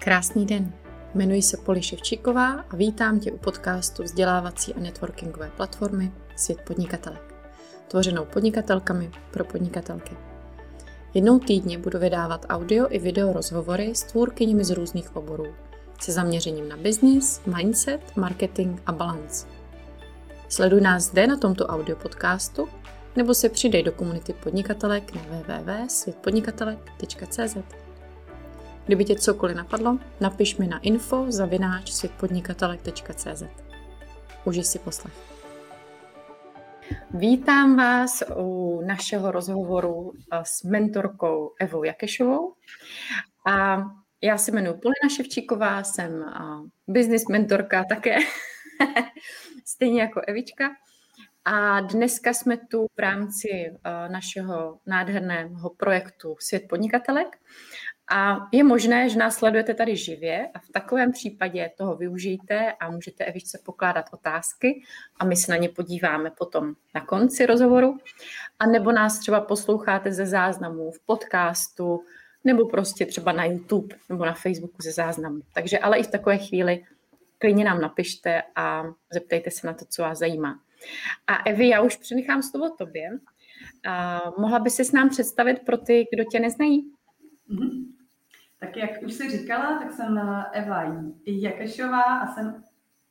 Krásný den, jmenuji se Poli Ševčíková a vítám tě u podcastu vzdělávací a networkingové platformy Svět podnikatelek, tvořenou podnikatelkami pro podnikatelky. Jednou týdně budu vydávat audio i video rozhovory s tvůrkyněmi z různých oborů, se zaměřením na business, mindset, marketing a balance. Sleduj nás zde na tomto audio podcastu nebo se přidej do komunity podnikatelek na www.světpodnikatelek.cz. Kdyby tě cokoliv napadlo, napiš mi na info@světpodnikatelek.cz. Užij si poslech. Vítám vás u našeho rozhovoru s mentorkou Evou Jakešovou. A já se jmenuji Polina Ševčíková, jsem business mentorka také, stejně jako Evička. A dneska jsme tu v rámci našeho nádherného projektu Svět podnikatelek. A je možné, že nás sledujete tady živě a v takovém případě toho využijte a můžete Evičce pokládat otázky a my se na ně podíváme potom na konci rozhovoru. A nebo nás třeba posloucháte ze záznamů v podcastu nebo prostě třeba na YouTube nebo na Facebooku ze záznamu. Takže ale i v takové chvíli klidně nám napište a zeptejte se na to, co vás zajímá. A Evi, já už přenechám slovo tobě. Mohla by si s nám představit pro ty, kdo tě neznají? Tak jak už jsi říkala, tak jsem Eva Jakešová a jsem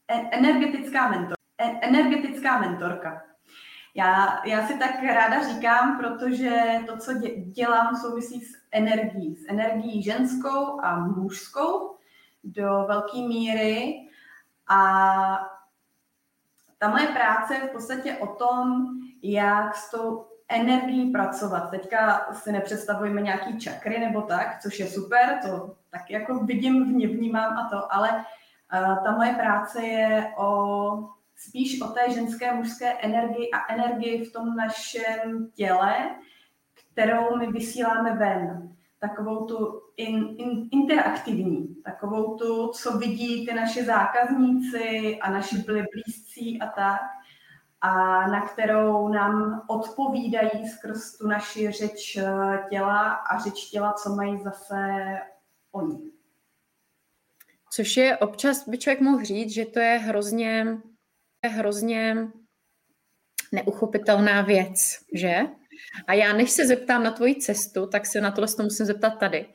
energetická mentorka. Já si tak ráda říkám, protože to, co dělám, souvisí s energií ženskou a mužskou do velké míry. A ta moje práce je v podstatě o tom, jak s tou energií pracovat. Teďka si nepředstavujeme nějaký čakry nebo tak, což je super, to tak jako vnímám a to, ale ta moje práce je spíš o té ženské, mužské energii a energii v tom našem těle, kterou my vysíláme ven. Takovou tu interaktivní, takovou tu, co vidí ty naši zákazníci a naši blízcí a tak, a na kterou nám odpovídají skrz tu naši řeč těla a řeč těla, co mají zase oni. Což je občas, by člověk mohl říct, že to je hrozně neuchopitelná věc, že? A já než se zeptám na tvoji cestu, tak se na tohle musím zeptat tady.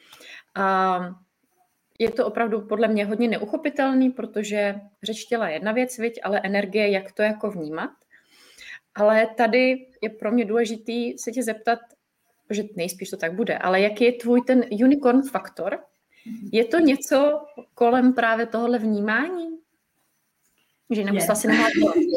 Je to opravdu podle mě hodně neuchopitelný, protože řeč těla je jedna věc, viď, ale energie, jak to jako vnímat. Ale tady je pro mě důležitý se tě zeptat, že nejspíš to tak bude, ale jaký je tvůj ten unicorn faktor? Je to něco kolem právě tohohle vnímání? Že nemusela si nemá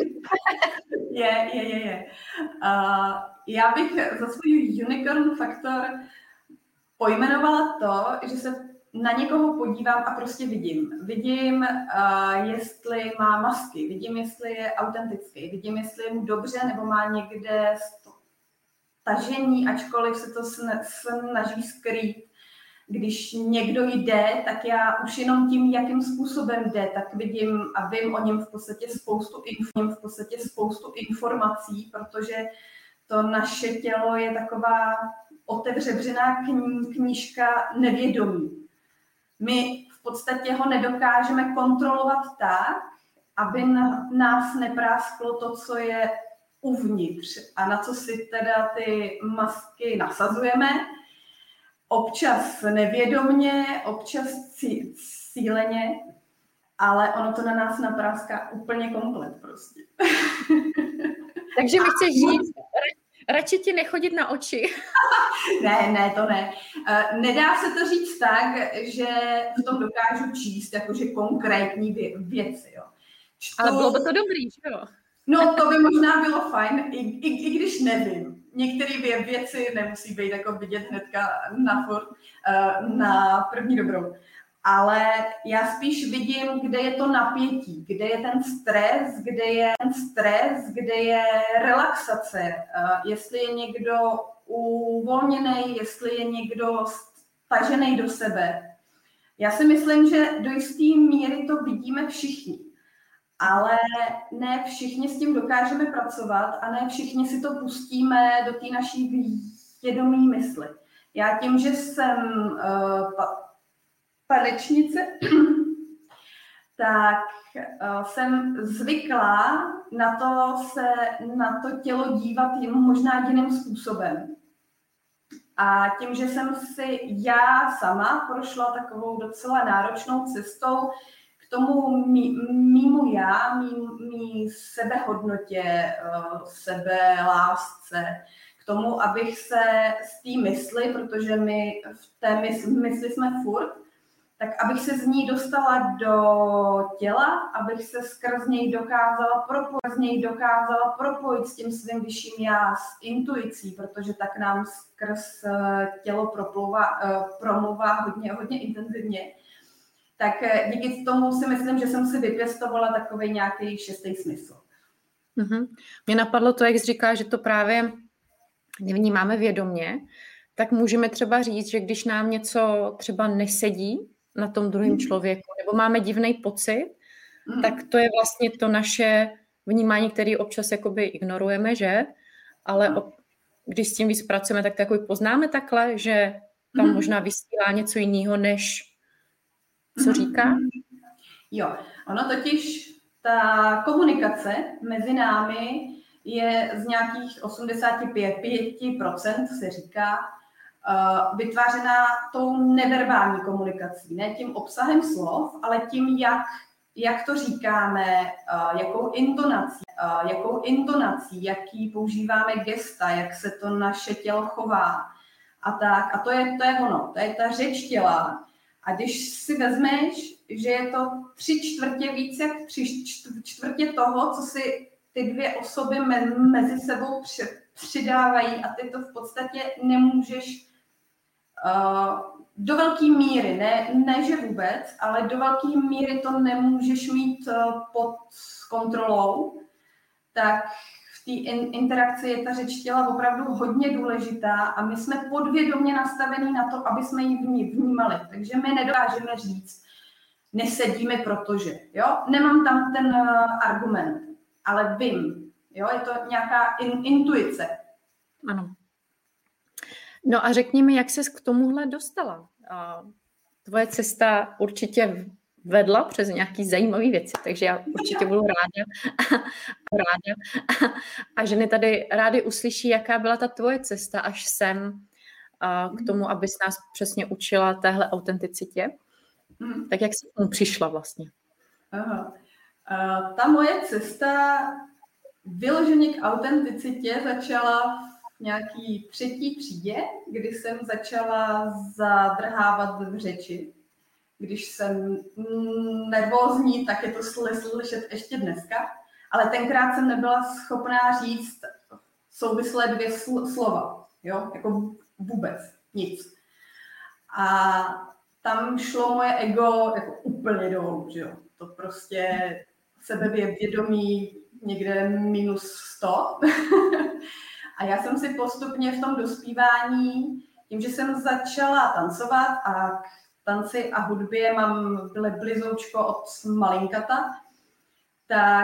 Je. Já bych za svůj unicorn faktor pojmenovala to, že se na někoho podívám a prostě vidím. Vidím, jestli má masky, vidím, jestli je autentický, vidím, jestli je mu dobře, nebo má někde tažení, ačkoliv se to snaží skrýt. Když někdo jde, tak já už jenom tím, jakým způsobem jde, tak vidím a vím o něm v podstatě spoustu informací, protože to naše tělo je taková otevřená knížka nevědomí. My v podstatě ho nedokážeme kontrolovat tak, aby nás neprásklo to, co je uvnitř a na co si teda ty masky nasazujeme. Občas nevědomně, občas cíleně, ale ono to na nás napráská úplně komplet prostě. Takže mi chceš říct, radši ti nechodit na oči. Ne, to ne. Nedá se to říct tak, že v tom dokážu číst jakože konkrétní věci. Jo. Ale bylo by to dobrý, že jo? No, to by možná bylo fajn, i když nevím. Některé věci nemusí být jako vidět hnedka na první dobrou. Ale já spíš vidím, kde je to napětí, kde je ten stres, kde je relaxace, jestli je někdo uvolněný, jestli je někdo stažený do sebe. Já si myslím, že do jisté míry to vidíme všichni. Ale ne všichni s tím dokážeme pracovat a ne všichni si to pustíme do té naší vědomí mysli. Já tím, že jsem tanečnice, tak jsem zvyklá na to tělo dívat možná jiným způsobem. A tím, že jsem si já sama prošla takovou docela náročnou cestou k tomu mýmu já, mý sebehodnotě, sebelásce, k tomu, abych se z té mysli, protože my v té mysli jsme furt, tak abych se z ní dostala do těla, abych se skrz něj dokázala propojit s tím svým vyšším já, s intuicí, protože tak nám skrz tělo promlouvá hodně intenzivně. Tak díky tomu si myslím, že jsem si vypěstovala takový nějaký šestý smysl. Mm-hmm. Mě napadlo to, jak jsi říká, že to právě nevnímáme vědomě, tak můžeme třeba říct, že když nám něco třeba nesedí na tom druhém člověku, nebo máme divný pocit, tak to je vlastně to naše vnímání, které občas jakoby ignorujeme, že? Ale když s tím víc pracujeme, tak takový poznáme takhle, že tam možná vysílá něco jiného, než co říká? Jo, ono totiž ta komunikace mezi námi je z nějakých 85% se říká, vytvářená tou neverbální komunikací, ne tím obsahem slov, ale tím, jak to říkáme, jakou intonací, jaký používáme gesta, jak se to naše tělo chová a tak. A to je ono, to je ta řeč těla. A když si vezmeš, že je to 3/4 víc jak 3/4 toho, co si ty dvě osoby mezi sebou přidávají a ty to v podstatě nemůžeš do velké míry, ne že vůbec, ale do velké míry to nemůžeš mít pod kontrolou, tak v té interakci je ta řeč těla opravdu hodně důležitá a my jsme podvědomě nastavení na to, aby jsme ji vnímali. Takže my nedokážeme říct, nesedíme, protože, jo, nemám tam ten argument, ale vím, jo, je to nějaká intuice. Ano. No a řekni mi, jak ses k tomuhle dostala? Tvoje cesta určitě vedla přes nějaký zajímavý věci, takže já určitě budu ráda. A ženy tady rády uslyší, jaká byla ta tvoje cesta až sem k tomu, abys nás přesně učila téhle autenticitě. Tak jak jsi k tomu přišla vlastně? Aha. Ta moje cesta vyloženě k autenticitě začala v nějaký 3. třídě, kdy jsem začala zadrhávat v řeči. Když jsem nervózní, tak je to slyšet ještě dneska. Ale tenkrát jsem nebyla schopná říct souvislé 2 slova. Jo? Jako vůbec nic. A tam šlo moje ego jako úplně dolů. Že jo? To prostě sebevědomí někde -100. A já jsem si postupně v tom dospívání, tím, že jsem začala tancovat a k tanci a hudbě mám blizoučko od malinkata, tak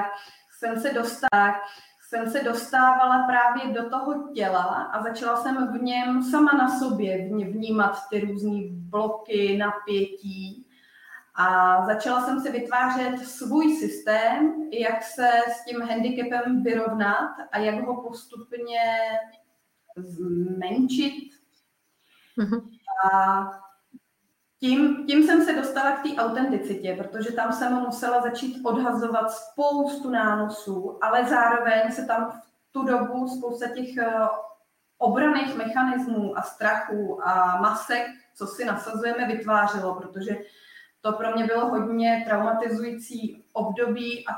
jsem se dostávala právě do toho těla a začala jsem v něm sama na sobě vnímat ty různé bloky, napětí a začala jsem si vytvářet svůj systém, jak se s tím handicapem vyrovnat a jak ho postupně zmenšit. A tím jsem se dostala k té autenticitě, protože tam jsem musela začít odhazovat spoustu nánosů, ale zároveň se tam v tu dobu spousta těch obranných mechanismů a strachů a masek, co si nasazujeme, vytvářelo, protože to pro mě bylo hodně traumatizující období a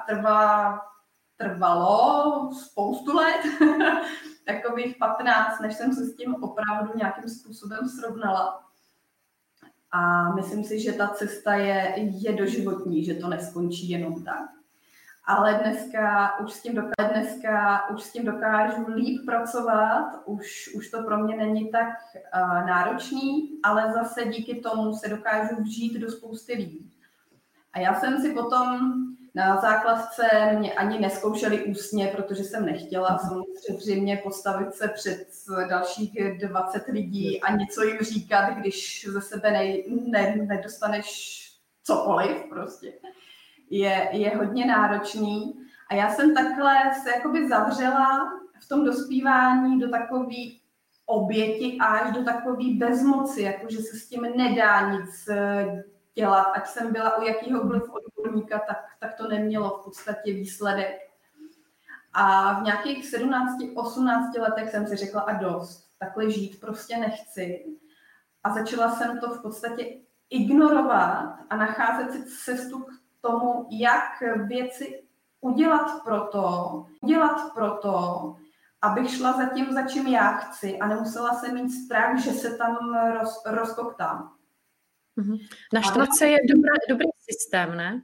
trvalo spoustu let, takových 15, než jsem se s tím opravdu nějakým způsobem srovnala. A myslím si, že ta cesta je doživotní, že to neskončí jenom tak. Ale dneska už s tím dokážu líp pracovat, už to pro mě není tak náročný, ale zase díky tomu se dokážu vžít do spousty lidí. A já jsem si potom Na základce mě ani neskoušeli ústně, protože jsem nechtěla samozřejmě postavit se před dalších 20 lidí a něco jim říkat, když ze sebe nedostaneš cokoliv prostě. Je hodně náročný. A já jsem takhle se jakoby zavřela v tom dospívání do takové oběti až do takové bezmoci, jakože se s tím nedá nic dělat. Ať jsem byla u jakýhokoliv odborníka, tak to nemělo v podstatě výsledek. A v nějakých 17-18 letech jsem si řekla a dost, takhle žít prostě nechci. A začala jsem to v podstatě ignorovat a nacházet si cestu k tomu, jak věci udělat proto, abych šla za tím, za čím já chci a nemusela jsem mít strach, že se tam rozkoktám. Naštvat se je dobrý systém, ne?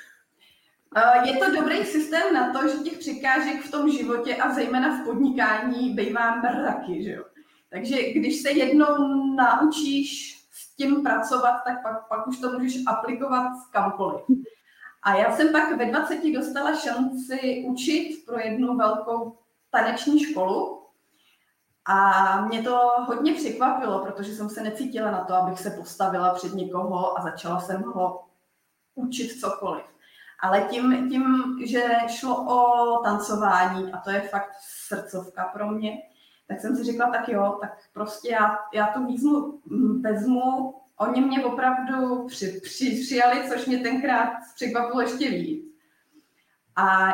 Je to dobrý systém na to, že těch překážek v tom životě a zejména v podnikání bývá mraky, že jo. Takže když se jednou naučíš s tím pracovat, tak pak už to můžeš aplikovat kamkoliv. A já jsem pak ve 20 dostala šanci učit pro jednu velkou taneční školu a mě to hodně překvapilo, protože jsem se necítila na to, abych se postavila před někoho a začala jsem ho učit cokoliv. Ale tím, že šlo o tancování a to je fakt srdcovka pro mě, tak jsem si řekla, tak jo, tak prostě já tu výzvu vezmu. Oni mě opravdu přijali, což mě tenkrát překvapilo ještě víc. A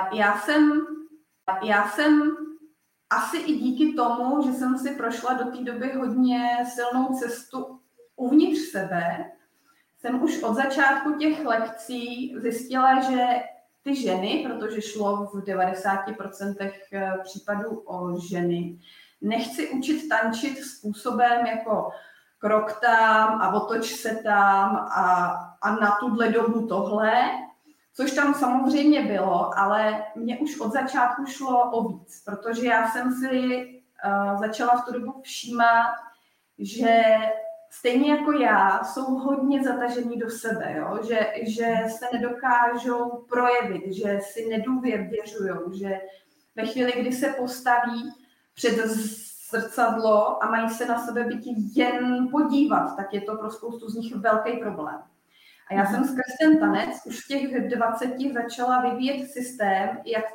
já jsem asi i díky tomu, že jsem si prošla do té doby hodně silnou cestu uvnitř sebe, jsem už od začátku těch lekcí zjistila, že ty ženy, protože šlo v 90% případů o ženy, nechci učit tančit způsobem jako krok tam a otoč se tam a na tuhle dobu tohle, což tam samozřejmě bylo, ale mě už od začátku šlo o víc, protože já jsem si začala v tu dobu všímat, že stejně jako já jsou hodně zatažení do sebe, jo? Že se nedokážou projevit, že si nedůvěřujou, že ve chvíli, kdy se postaví před zrcadlo a mají se na sebe být jen podívat, tak je to pro spoustu z nich velký problém. A já jsem skrz ten tanec už v těch 20 začala vyvíjet systém, jak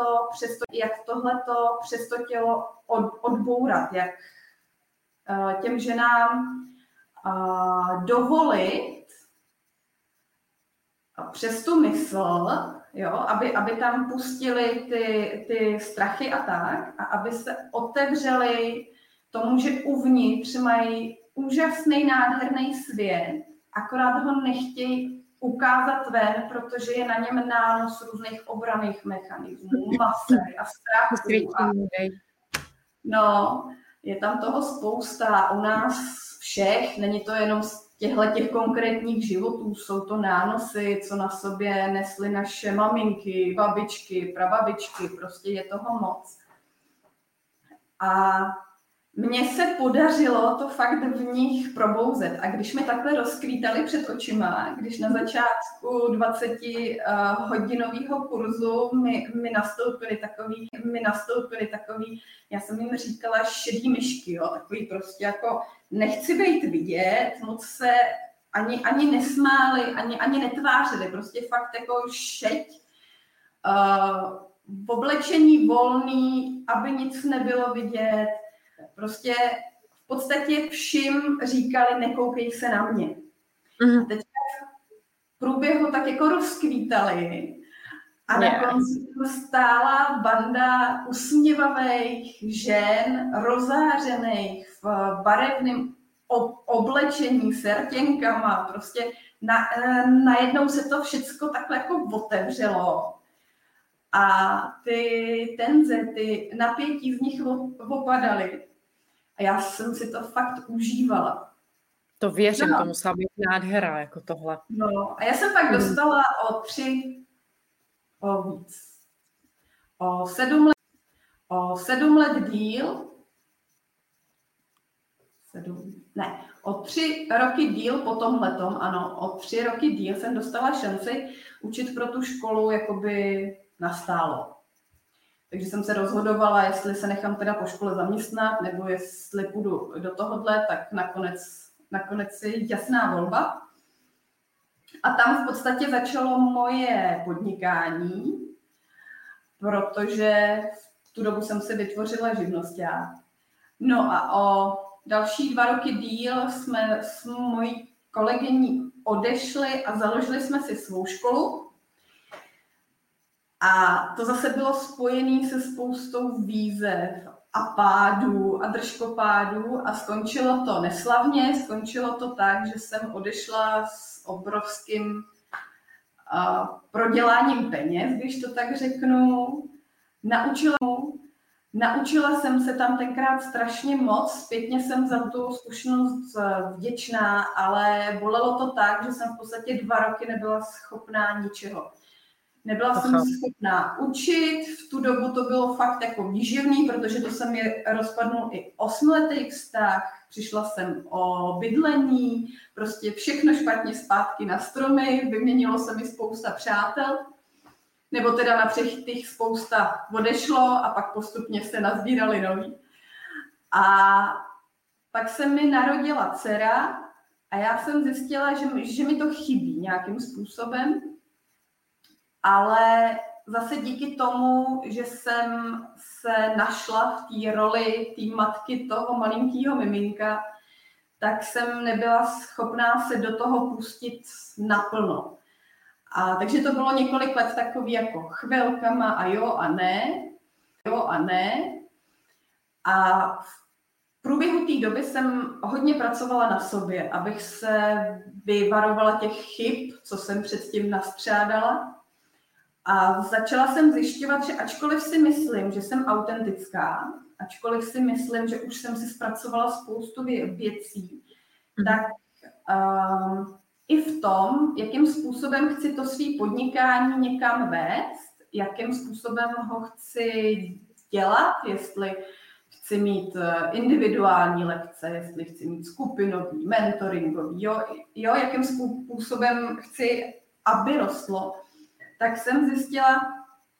tohleto přes to tělo odbourat, jak těm ženám dovolit přes tu mysl, jo, aby tam pustili ty strachy a tak, a aby se otevřeli tomu, že uvnitř mají úžasný, nádherný svět, akorát ho nechtějí ukázat ven, protože je na něm nános různých obranných mechanismů, maser a strachu. No, je tam toho spousta. U nás všech, není to jenom z těch konkrétních životů, jsou to nánosy, co na sobě nesly naše maminky, babičky, prababičky, prostě je toho moc. A mně se podařilo to fakt v nich probouzet. A když mi takhle rozkvítali před očima, když na začátku 20-hodinového kurzu mi nastoupili takový, já jsem jim říkala šedý myšky, jo, takový prostě jako nechci být vidět, moc se ani nesmáli, ani netvářili, prostě fakt jako šeť, v oblečení volný, aby nic nebylo vidět, prostě v podstatě všim říkali, nekoukej se na mě. A teď v průběhu tak jako rozkvítali a na konci stála banda usměvavých žen, rozářených v barevném oblečení s rtěnkama. Prostě najednou se to všecko takhle jako otevřelo. A ty tenze, ty napětí z nich opadaly. A já jsem si to fakt užívala. To věřím, to musela být nádhera, jako tohle. No, a já jsem pak dostala o 7 let díl, O 3 roky díl po tomhletom, ano, o 3 roky díl jsem dostala šanci učit pro tu školu jakoby nastálo. Takže jsem se rozhodovala, jestli se nechám teda po škole zaměstnat, nebo jestli půjdu do tohohle, tak nakonec je jasná volba. A tam v podstatě začalo moje podnikání, protože v tu dobu jsem si vytvořila živnosťák. No a o další 2 roky díl jsme s mojí kolegyní odešli a založili jsme si svou školu. A to zase bylo spojené se spoustou výzev a pádů a držkopádů a skončilo to neslavně, skončilo to tak, že jsem odešla s obrovským proděláním peněz, když to tak řeknu. Naučila jsem se tam tenkrát strašně moc, zpětně jsem za tu zkušenost vděčná, ale bolelo to tak, že jsem v podstatě 2 roky nebyla schopná ničeho. Nebyla jsem schopná učit, v tu dobu to bylo fakt jako výživný, protože to se mi rozpadnul i 8letý vztah, přišla jsem o bydlení, prostě všechno špatně zpátky na stromy, vyměnilo se mi spousta přátel, nebo teda napřed těch spousta odešlo a pak postupně se nazbírali noví. A pak se mi narodila dcera a já jsem zjistila, že mi to chybí nějakým způsobem, ale zase díky tomu, že jsem se našla v té roli té matky toho malinkého miminka, tak jsem nebyla schopná se do toho pustit naplno. A takže to bylo několik let takový jako chvilkama a jo a ne, jo a ne. A v průběhu té doby jsem hodně pracovala na sobě, abych se vyvarovala těch chyb, co jsem předtím nastřádala. A začala jsem zjišťovat, že ačkoliv si myslím, že jsem autentická, ačkoliv si myslím, že už jsem si zpracovala spoustu věcí, tak i v tom, jakým způsobem chci to svý podnikání někam vést, jakým způsobem ho chci dělat, jestli chci mít individuální lekce, jestli chci mít skupinový, mentoringový, jo, jakým způsobem chci, aby rostlo, tak jsem zjistila,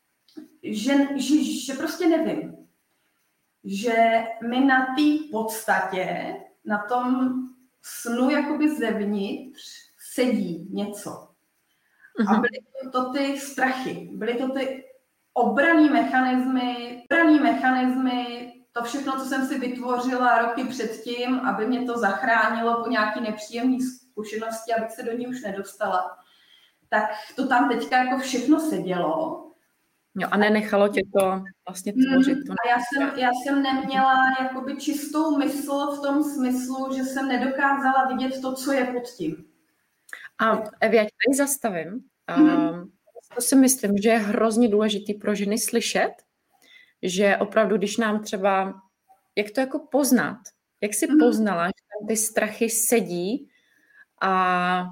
že prostě nevím. Že mi na té podstatě, na tom snu jakoby zevnitř sedí něco. A byly to ty strachy, byly to ty obranné mechanismy, to všechno, co jsem si vytvořila roky předtím, aby mě to zachránilo po nějaký nepříjemné zkušenosti, abych se do ní už nedostala. Tak to tam teďka jako všechno sedělo. Jo, a nenechalo tě to vlastně tvořit. A já jsem neměla jakoby čistou mysl v tom smyslu, že jsem nedokázala vidět to, co je pod tím. A Evi, já tě tady zastavím. To si myslím, že je hrozně důležitý pro ženy slyšet, že opravdu, když nám třeba, jak to jako poznat, jak jsi poznala, že tam ty strachy sedí a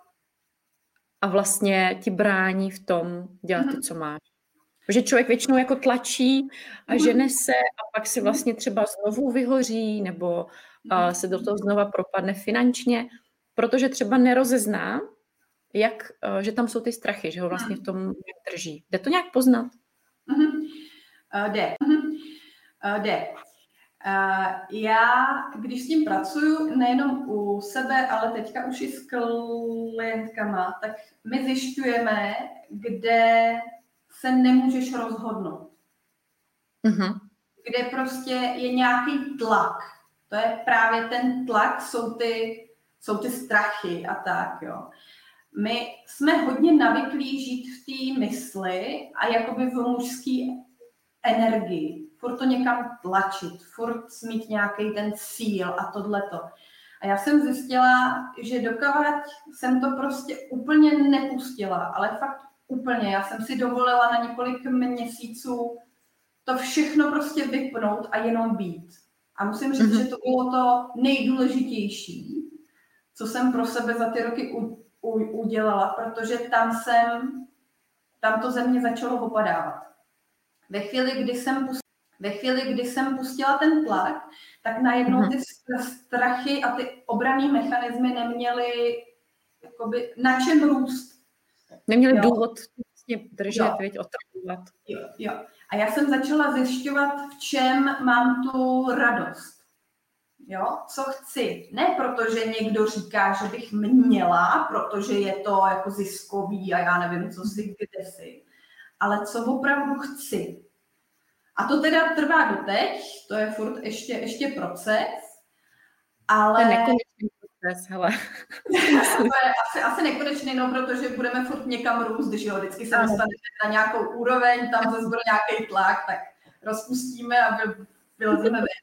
vlastně ti brání v tom dělat to, co máš. Protože člověk většinou jako tlačí a žene se a pak si vlastně třeba znovu vyhoří nebo se do toho znova propadne finančně, protože třeba nerozezná, že tam jsou ty strachy, že ho vlastně v tom drží. Jde to nějak poznat? Jde. Já, když s tím pracuju, nejenom u sebe, ale teďka už i s klientkama, tak my zjišťujeme, kde se nemůžeš rozhodnout. Kde prostě je nějaký tlak. To je právě ten tlak, jsou ty strachy a tak, jo. My jsme hodně navyklí žít v té mysli a jakoby v mužské energii. Furt to někam tlačit, furt mít nějaký ten cíl a tohleto. A já jsem zjistila, že dokavať jsem to prostě úplně nepustila, ale fakt úplně. Já jsem si dovolila na několik měsíců to všechno prostě vypnout a jenom být. A musím říct, že to bylo to nejdůležitější, co jsem pro sebe za ty roky udělala, protože tam to ze mě začalo opadávat. Ve chvíli, kdy jsem Ve chvíli, kdy jsem pustila ten tlak, tak najednou ty strachy a ty obranné mechanismy neměly jakoby na čem růst. Neměli důvod držet, otravovat. Jo. A já jsem začala zjišťovat, v čem mám tu radost. Jo, co chci. Ne protože někdo říká, že bych měla, protože je to jako ziskový a já nevím, co si kde si, ale co opravdu chci. A to teda trvá doteď, to je furt ještě proces, ale... To je nekonečný proces, hele. To je asi nekonečný, no, protože budeme furt někam růst, když jo, vždycky se dostaneme na nějakou úroveň, tam zase bude nějaký tlak, tak rozpustíme a vylezeme ven.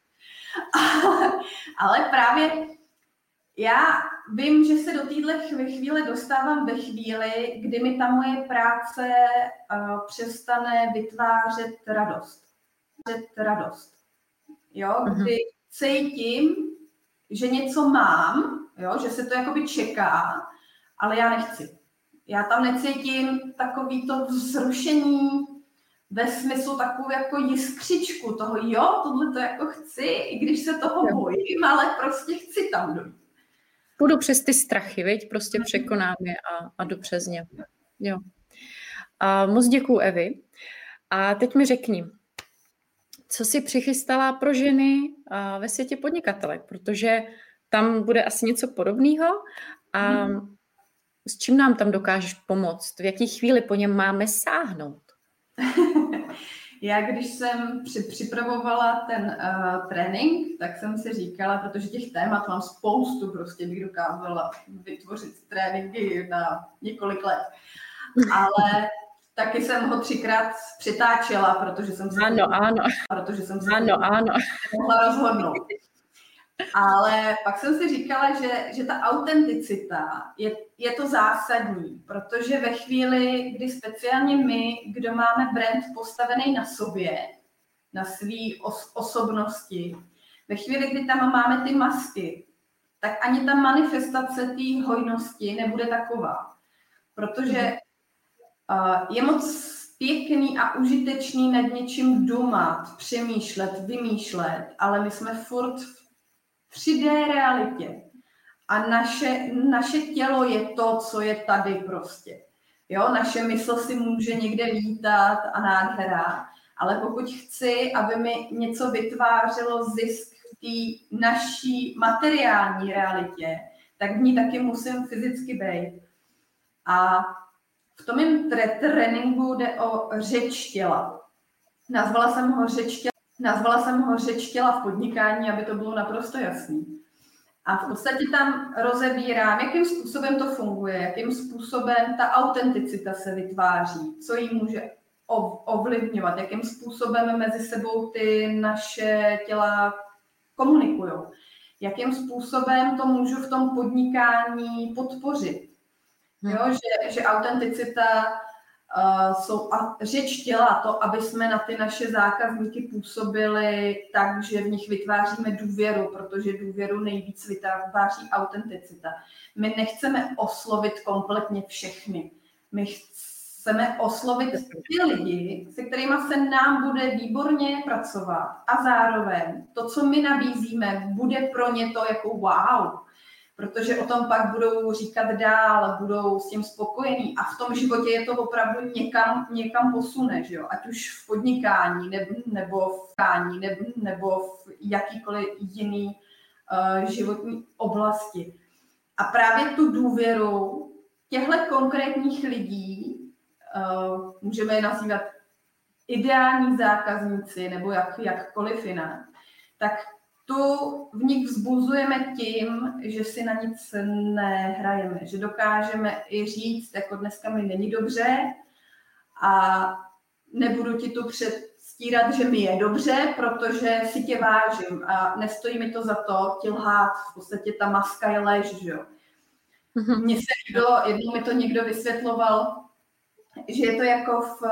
Ale právě já vím, že se do téhle chvíle dostávám ve chvíli, kdy mi ta moje práce přestane vytvářet radost. Jo, kdy cítím, že něco mám, jo, že se to jakoby čeká, ale já nechci. Já tam necítím takový to vzrušení ve smyslu takovou jako jiskřičku toho, jo, tohle to jako chci, i když se toho bojím, ale prostě chci tam dojít. Půjdu přes ty strachy, viď? Prostě překonám je a jdu přes ně. Jo. A moc děkuju, Evi. A teď mi řekni, co jsi přichystala pro ženy ve světě podnikatelek, protože tam bude asi něco podobného a s čím nám tam dokážeš pomoct? V jaký chvíli po něm máme sáhnout? Já když jsem připravovala ten trénink, tak jsem si říkala, protože těch témat mám spoustu, prostě bych dokázala vytvořit tréninky na několik let. Ale taky jsem ho 3krát přitáčela, protože jsem se mohla rozhodnout. Ale pak jsem si říkala, že ta autenticita je to zásadní, protože ve chvíli, kdy speciálně my, kdo máme brand postavený na sobě, na svý osobnosti, ve chvíli, kdy tam máme ty masky, tak ani ta manifestace té hojnosti nebude taková. Protože je moc pěkný a užitečný nad něčím dumat, přemýšlet, vymýšlet, ale my jsme furt v 3D realitě. A naše tělo je to, co je tady prostě. Jo, naše mysl si může někde lítat a nádhera, ale pokud chci, aby mi něco vytvářelo zisk v té naší materiální realitě, tak v ní taky musím fyzicky být. A v tom mém tréninku jde o řeč těla. Nazvala jsem ho řeč těla v podnikání, aby to bylo naprosto jasný. A v podstatě tam rozebírám, jakým způsobem to funguje, jakým způsobem ta autenticita se vytváří, co jí může ovlivňovat, jakým způsobem mezi sebou ty naše těla komunikují, jakým způsobem to můžu v tom podnikání podpořit. Jo, že autenticita a řeč těla to, aby jsme na ty naše zákazníky působili tak, že v nich vytváříme důvěru, protože důvěru nejvíc vytváří autenticita. My nechceme oslovit kompletně všechny. My chceme oslovit ty lidi, se kterými se nám bude výborně pracovat a zároveň to, co my nabízíme, bude pro ně to jako wow. Protože o tom pak budou říkat dál, budou s tím spokojení a v tom životě je to opravdu někam posune, že jo? Ať už v podnikání nebo v jakýkoliv jiný životní oblasti. A právě tu důvěru těchto konkrétních lidí, můžeme je nazývat ideální zákazníci nebo jakkoliv jinak, tak tu v nich vzbuzujeme tím, že si na nic nehrajeme, že dokážeme i říct, jako dneska mi není dobře a nebudu ti tu předstírat, že mi je dobře, protože si tě vážím a nestojí mi to za to ti lhát, v podstatě ta maska je lež, že jo. Mně se líbilo, jednou mi to někdo vysvětloval, že je to jako v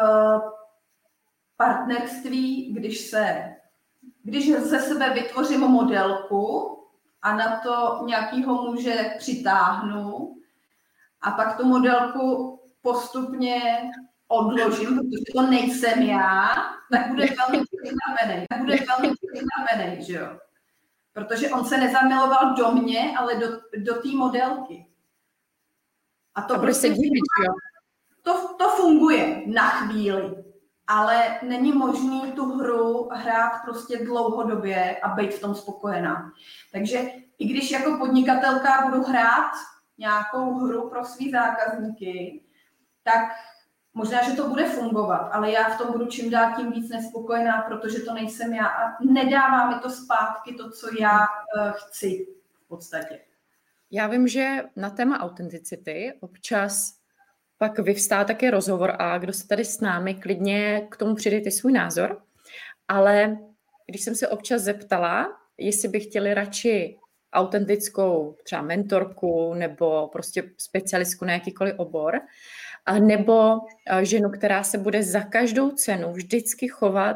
partnerství, když ze sebe vytvořím modelku a na to nějakýho muže přitáhnu a pak tu modelku postupně odložím, protože to nejsem já, tak bude velmi překvapený, že jo. Protože on se nezamiloval do mě, ale do té modelky. A to prostě se divit, jo. To funguje na chvíli, ale není možný tu hru hrát prostě dlouhodobě a být v tom spokojená. Takže i když jako podnikatelka budu hrát nějakou hru pro svý zákazníky, tak možná, že to bude fungovat, ale já v tom budu čím dál tím víc nespokojená, protože to nejsem já a nedává mi to zpátky to, co já chci v podstatě. Já vím, že na téma autenticity občas pak vyvstá také rozhovor a kdo se tady s námi, klidně k tomu přidejte svůj názor, ale když jsem se občas zeptala, jestli by chtěli radši autentickou třeba mentorku nebo prostě specialistku na jakýkoliv obor, nebo ženu, která se bude za každou cenu vždycky chovat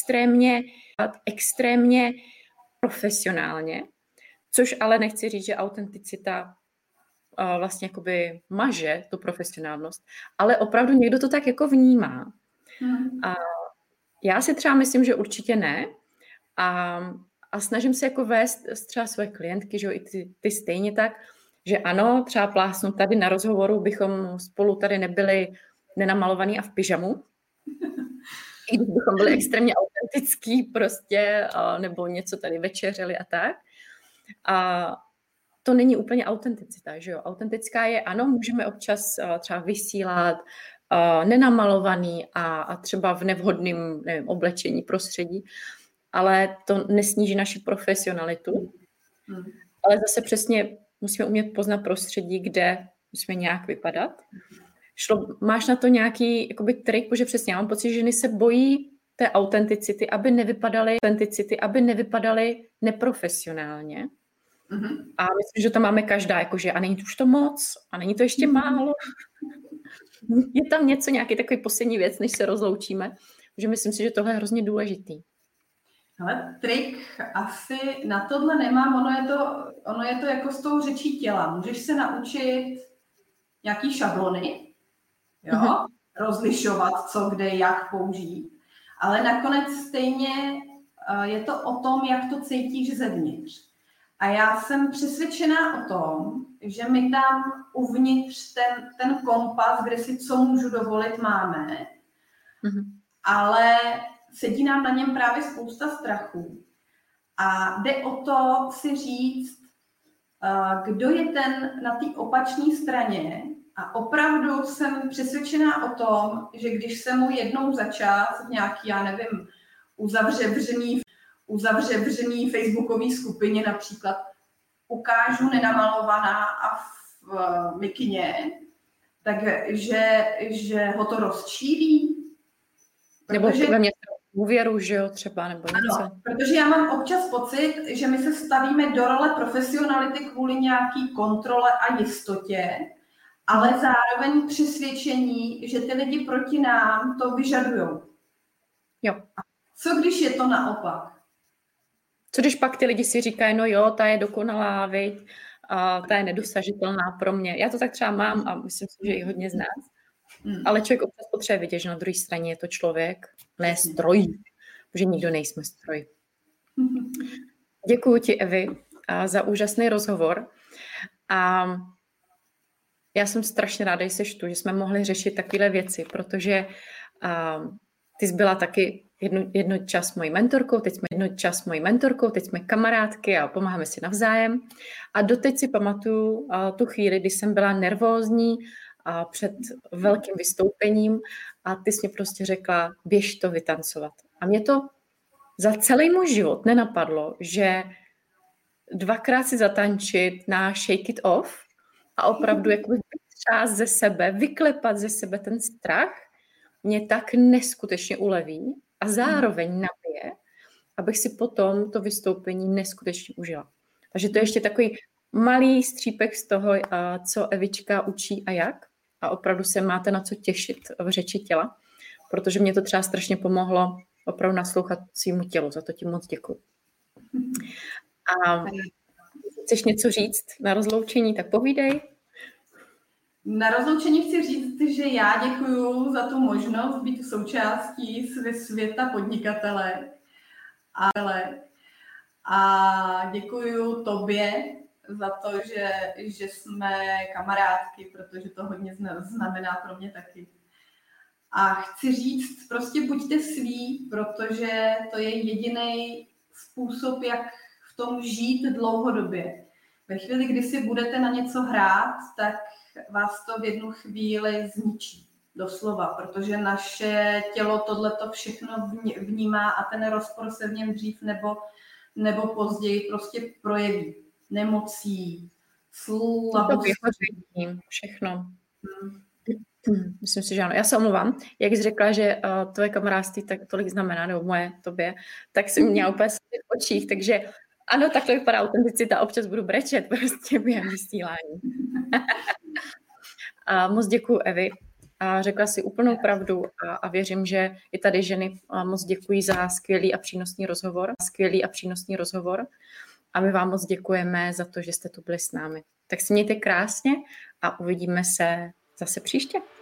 extrémně profesionálně, což ale nechci říct, že autenticita vlastně jakoby maže tu profesionálnost, ale opravdu někdo to tak jako vnímá. A já si třeba myslím, že určitě ne. A snažím se jako vést třeba své klientky, že jo, i ty stejně tak, že ano, třeba plásnu tady na rozhovoru, bychom spolu tady nebyli nenamalovaný a v pyžamu, i když bychom byli extrémně autentický prostě, nebo něco tady večeřeli a tak. A to není úplně autenticita, že jo. Autentická je, ano, můžeme občas třeba vysílat nenamalovaný a třeba v nevhodném, nevím, oblečení, prostředí, ale to nesníží naši profesionalitu. Ale zase přesně musíme umět poznat prostředí, kde musíme nějak vypadat. Máš na to nějaký jakoby trik, protože přesně já mám pocit, že ženy se bojí té autenticity, aby nevypadaly neprofesionálně. A myslím, že to máme každá, jakože a není to už to moc, a není to ještě málo. Je tam něco, nějaký takový poslední věc, než se rozloučíme, že myslím si, že tohle je hrozně důležitý. Ale trik asi na tohle nemám, ono je to jako s tou řečí těla. Můžeš se naučit nějaký šablony, jo? Rozlišovat, co, kde, jak použít, ale nakonec stejně je to o tom, jak to cítíš zevnitř. A já jsem přesvědčená o tom, že my tam uvnitř ten kompas, kde si co můžu dovolit, máme, ale sedí nám na něm právě spousta strachů. A jde o to si říct, kdo je ten na té opačné straně. A opravdu jsem přesvědčená o tom, že když se mu jednou za čas v nějaký, já nevím, uzavřený facebookové skupině například ukážu nenamalovaná a v mikině, takže ho to rozčílí. Nebo ve mě úvěru, že jo, třeba, nebo něco. Ano, protože já mám občas pocit, že my se stavíme do role profesionality kvůli nějaký kontrole a jistotě, ale zároveň přesvědčení, že ty lidi proti nám to vyžadujou. Jo. A co když je to naopak? Co když pak ty lidi si říkají, no jo, ta je dokonalá, viď? A ta je nedosažitelná pro mě. Já to tak třeba mám a myslím si, že i hodně z nás. Ale člověk občas potřebuje vidět, že na druhé straně je to člověk, ne stroj, protože nikdo nejsme stroj. Děkuji ti, Evi, za úžasný rozhovor. A já jsem strašně ráda, že jsi tu, že jsme mohli řešit takové věci, protože ty jsi byla taky jednu čas mojí mentorkou, teď jsme kamarádky a pomáháme si navzájem. A doteď si pamatuju tu chvíli, kdy jsem byla nervózní před velkým vystoupením a ty jsi mi prostě řekla, běž to vytancovat. A mě to za celý můj život nenapadlo, že 2krát si zatančit na Shake It Off a opravdu jakoby vytřást ze sebe, vyklepat ze sebe ten strach, mě tak neskutečně uleví a zároveň nabije, abych si potom to vystoupení neskutečně užila. Takže to je ještě takový malý střípek z toho, co Evička učí a jak. A opravdu se máte na co těšit v řeči těla, protože mě to třeba strašně pomohlo opravdu naslouchat svýmu tělu. Za to ti moc děkuji. A chceš něco říct na rozloučení, tak povídej. Na rozloučení chci říct, že já děkuju za tu možnost být součástí světa podnikatele a děkuju tobě za to, že jsme kamarádky, protože to hodně znamená pro mě taky. A chci říct, prostě buďte sví, protože to je jediný způsob, jak v tom žít dlouhodobě. Ve chvíli, kdy si budete na něco hrát, tak vás to v jednu chvíli zničí. Doslova, protože naše tělo tohleto všechno vnímá a ten rozpor se v něm dřív nebo později prostě projeví. Nemocí, slabostí. Všechno. Myslím si, že ano. Já se omluvám. Jak jsi řekla, že tvoje kamarádství tak tolik znamená, nebo moje tobě, tak jsem měla úplně v očích, takže ano, takhle vypadá autenticita. Občas budu brečet prostě během vysílání. A moc děkuju, Evi. A řekla si úplnou pravdu a věřím, že i tady ženy moc děkují za skvělý a přínosný rozhovor. A my vám moc děkujeme za to, že jste tu byli s námi. Tak si mějte krásně a uvidíme se zase příště.